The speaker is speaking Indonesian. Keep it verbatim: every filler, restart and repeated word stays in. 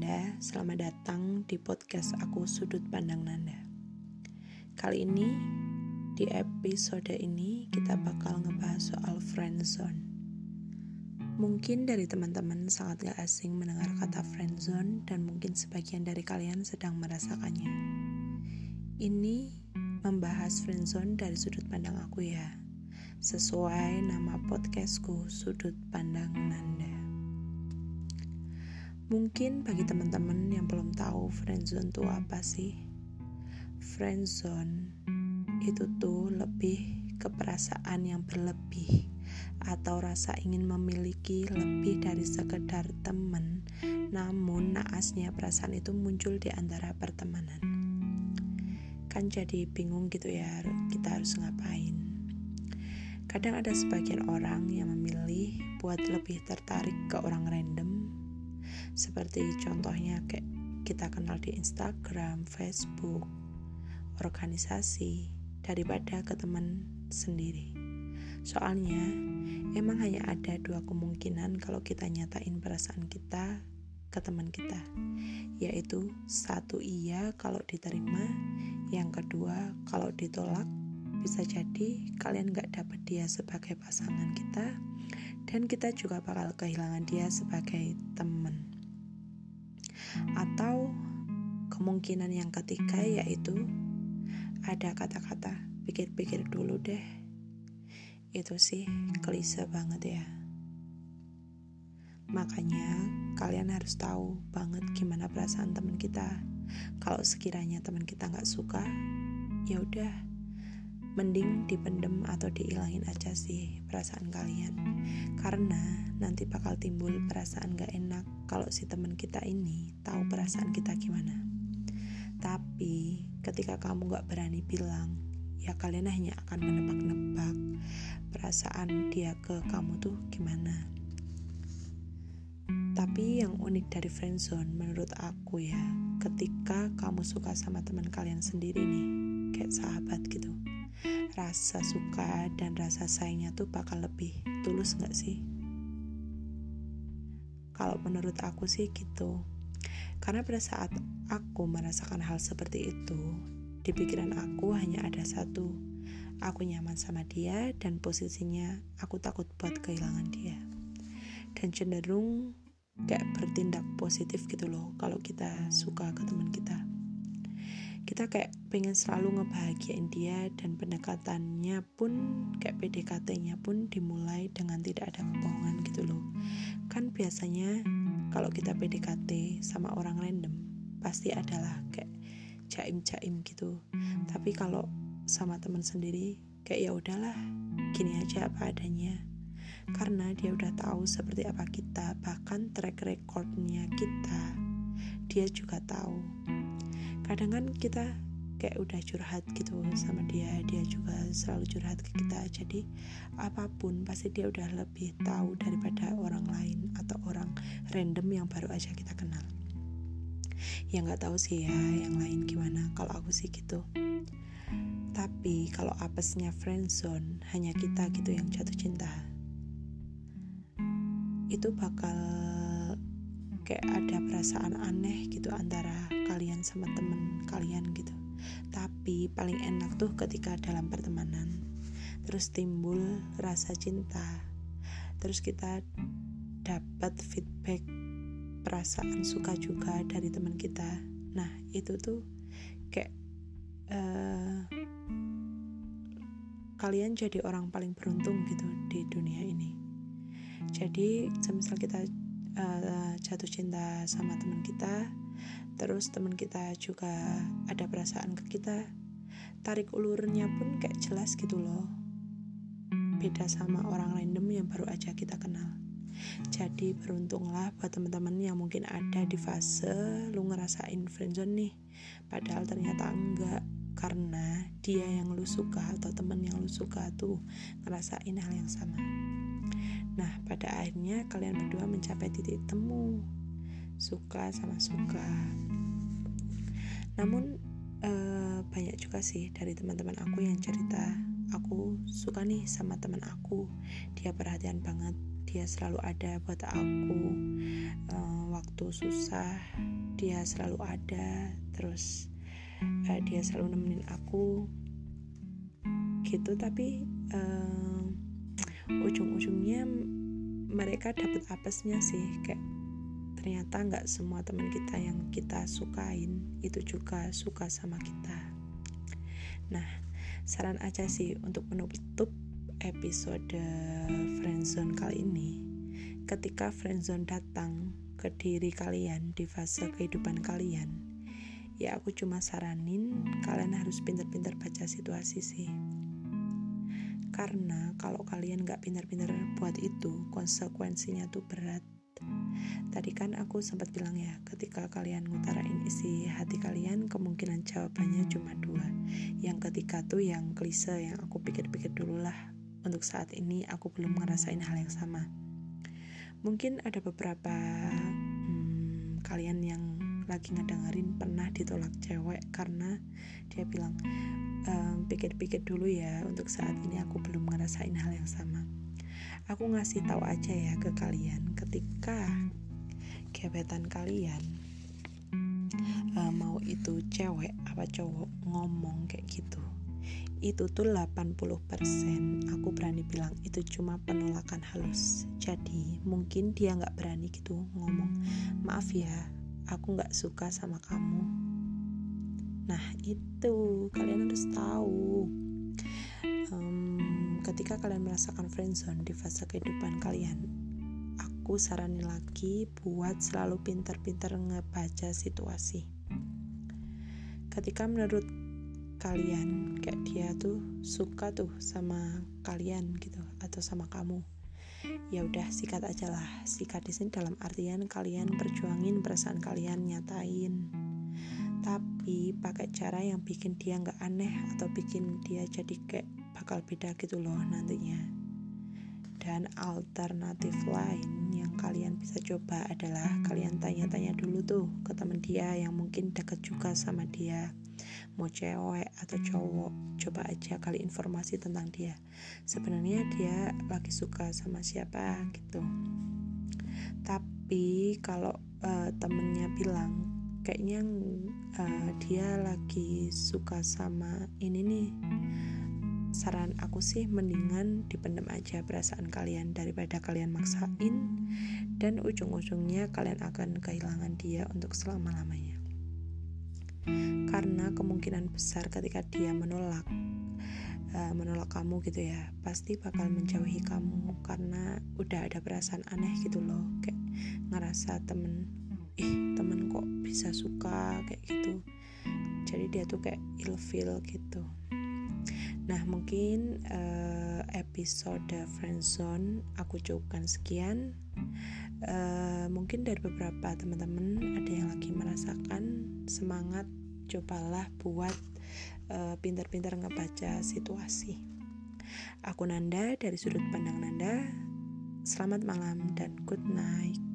Nanda, selamat datang di podcast aku Sudut Pandang Nanda. Kali ini, di episode ini kita bakal ngebahas soal friendzone. Mungkin dari teman-teman sangat gak asing mendengar kata friendzone dan mungkin sebagian dari kalian sedang merasakannya. Ini membahas friendzone dari sudut pandang aku ya, sesuai nama podcastku Sudut Pandang Nanda. Mungkin bagi teman-teman yang belum tahu friendzone itu apa sih? Friendzone itu tuh lebih ke perasaan yang berlebih atau rasa ingin memiliki lebih dari sekedar teman. Namun naasnya perasaan itu muncul di antara pertemanan. Kan jadi bingung gitu ya, kita harus ngapain? Kadang ada sebagian orang yang memilih buat lebih tertarik ke orang random, seperti contohnya kayak kita kenal di Instagram, Facebook, organisasi, daripada ke teman sendiri. Soalnya emang hanya ada dua kemungkinan kalau kita nyatain perasaan kita ke teman kita, yaitu satu iya kalau diterima, yang kedua kalau ditolak. Bisa jadi kalian gak dapet dia sebagai pasangan kita, dan kita juga bakal kehilangan dia sebagai teman. Atau kemungkinan yang ketiga yaitu ada kata-kata pikir-pikir dulu deh. Itu sih klise banget ya. Makanya kalian harus tahu banget gimana perasaan teman kita. Kalau sekiranya teman kita gak suka, ya udah, mending dipendem atau diilangin aja sih perasaan kalian. Karena nanti bakal timbul perasaan gak enak kalau si teman kita ini tahu perasaan kita gimana. Tapi ketika kamu gak berani bilang, ya kalian hanya akan menebak-nebak perasaan dia ke kamu tuh gimana. Tapi yang unik dari friendzone menurut aku ya, ketika kamu suka sama teman kalian sendiri nih, kayak sahabat gitu, rasa suka dan rasa sayangnya tuh bakal lebih tulus gak sih? Kalau menurut aku sih gitu. Karena pada saat aku merasakan hal seperti itu, di pikiran aku hanya ada satu. Aku nyaman sama dia dan posisinya aku takut buat kehilangan dia. Dan cenderung kayak bertindak positif gitu loh kalau kita suka ke teman kita. Kita kayak pengen selalu ngebahagiain dia, dan pendekatannya pun kayak P D K T-nya pun dimulai dengan tidak ada kebohongan gitu loh. Kan biasanya kalau kita P D K T sama orang random pasti adalah kayak jaim-jaim gitu. Tapi kalau sama teman sendiri kayak ya udahlah, gini aja apa adanya. Karena dia udah tahu seperti apa kita, bahkan track recordnya kita dia juga tahu. Kadang kan kita kayak udah curhat gitu sama dia, dia juga selalu curhat ke kita. Jadi apapun pasti dia udah lebih tahu daripada orang lain atau orang random yang baru aja kita kenal. Ya gak tahu sih ya yang lain gimana, kalau aku sih gitu. Tapi kalau apesnya friendzone, hanya kita gitu yang jatuh cinta, itu bakal kayak ada perasaan aneh gitu antara kalian sama temen kalian gitu. Tapi paling enak tuh ketika dalam pertemanan terus timbul rasa cinta, terus kita dapat feedback perasaan suka juga dari teman kita. Nah itu tuh kayak uh, kalian jadi orang paling beruntung gitu di dunia ini. Jadi semisal kita uh, jatuh cinta sama teman kita, terus teman kita juga ada perasaan ke kita, tarik ulurnya pun kayak jelas gitu loh. Beda sama orang random yang baru aja kita kenal. Jadi beruntunglah buat teman-teman yang mungkin ada di fase lu ngerasain friendzone nih, padahal ternyata enggak, karena dia yang lu suka atau teman yang lu suka tuh ngerasain hal yang sama. Nah pada akhirnya kalian berdua mencapai titik temu, suka sama suka. Namun eh, banyak juga sih dari teman-teman aku yang cerita, aku suka nih sama teman aku, dia perhatian banget, dia dia selalu ada buat aku. uh, Waktu susah dia selalu ada, terus uh, dia selalu nemenin aku gitu. Tapi uh, ujung-ujungnya mereka dapat apesnya sih, kayak ternyata gak semua teman kita yang kita sukain itu juga suka sama kita. Nah, saran aja sih untuk menutup episode friendzone kali ini, ketika friendzone datang ke diri kalian di fase kehidupan kalian, ya aku cuma saranin kalian harus pintar-pintar baca situasi sih. Karena kalau kalian gak pintar-pintar buat itu, konsekuensinya tuh berat. Tadi kan aku sempat bilang ya, ketika kalian ngutarain isi hati kalian, kemungkinan jawabannya cuma dua. Yang ketiga tuh yang klise, yang aku pikir-pikir dulu lah. Untuk saat ini aku belum ngerasain hal yang sama. Mungkin ada beberapa hmm, kalian yang lagi ngedengerin pernah ditolak cewek karena dia bilang, ehm, pikir-pikir dulu ya, untuk saat ini aku belum ngerasain hal yang sama. Aku ngasih tahu aja ya ke kalian, ketika gebetan kalian uh, mau itu cewek apa cowok ngomong kayak gitu, itu tuh delapan puluh persen aku berani bilang itu cuma penolakan halus. Jadi mungkin dia gak berani gitu ngomong, maaf ya aku gak suka sama kamu. Nah itu kalian harus tahu. um, Ketika kalian merasakan friendzone di fase kehidupan kalian, aku saranin lagi buat selalu pintar-pintar ngebaca situasi. Ketika menurut kalian kayak dia tuh suka tuh sama kalian gitu atau sama kamu, ya udah sikat aja lah. Sikat di sini dalam artian kalian perjuangin perasaan kalian, nyatain, tapi pakai cara yang bikin dia nggak aneh atau bikin dia jadi kayak bakal beda gitu loh nantinya. Dan alternatif lain yang kalian bisa coba adalah kalian tanya-tanya dulu tuh ke teman dia yang mungkin deket juga sama dia, mau cewek atau cowok. Coba aja kali informasi tentang dia, sebenarnya dia lagi suka sama siapa gitu. Tapi kalau uh, temennya bilang kayaknya uh, dia lagi suka sama ini nih, saran aku sih mendingan dipendam aja perasaan kalian daripada kalian maksain dan ujung-ujungnya kalian akan kehilangan dia untuk selama-lamanya. Karena kemungkinan besar ketika dia menolak uh, menolak kamu gitu ya, pasti bakal menjauhi kamu karena udah ada perasaan aneh gitu loh, kayak ngerasa temen ih temen kok bisa suka kayak gitu. Jadi dia tuh kayak ilfeel gitu. Nah mungkin uh, episode friendzone aku cukupkan sekian. uh, Mungkin dari beberapa teman-teman ada yang lagi merasakan, semangat, cobalah buat uh, pintar-pintar ngebaca situasi. Aku Nanda dari sudut pandang Nanda. Selamat malam dan good night.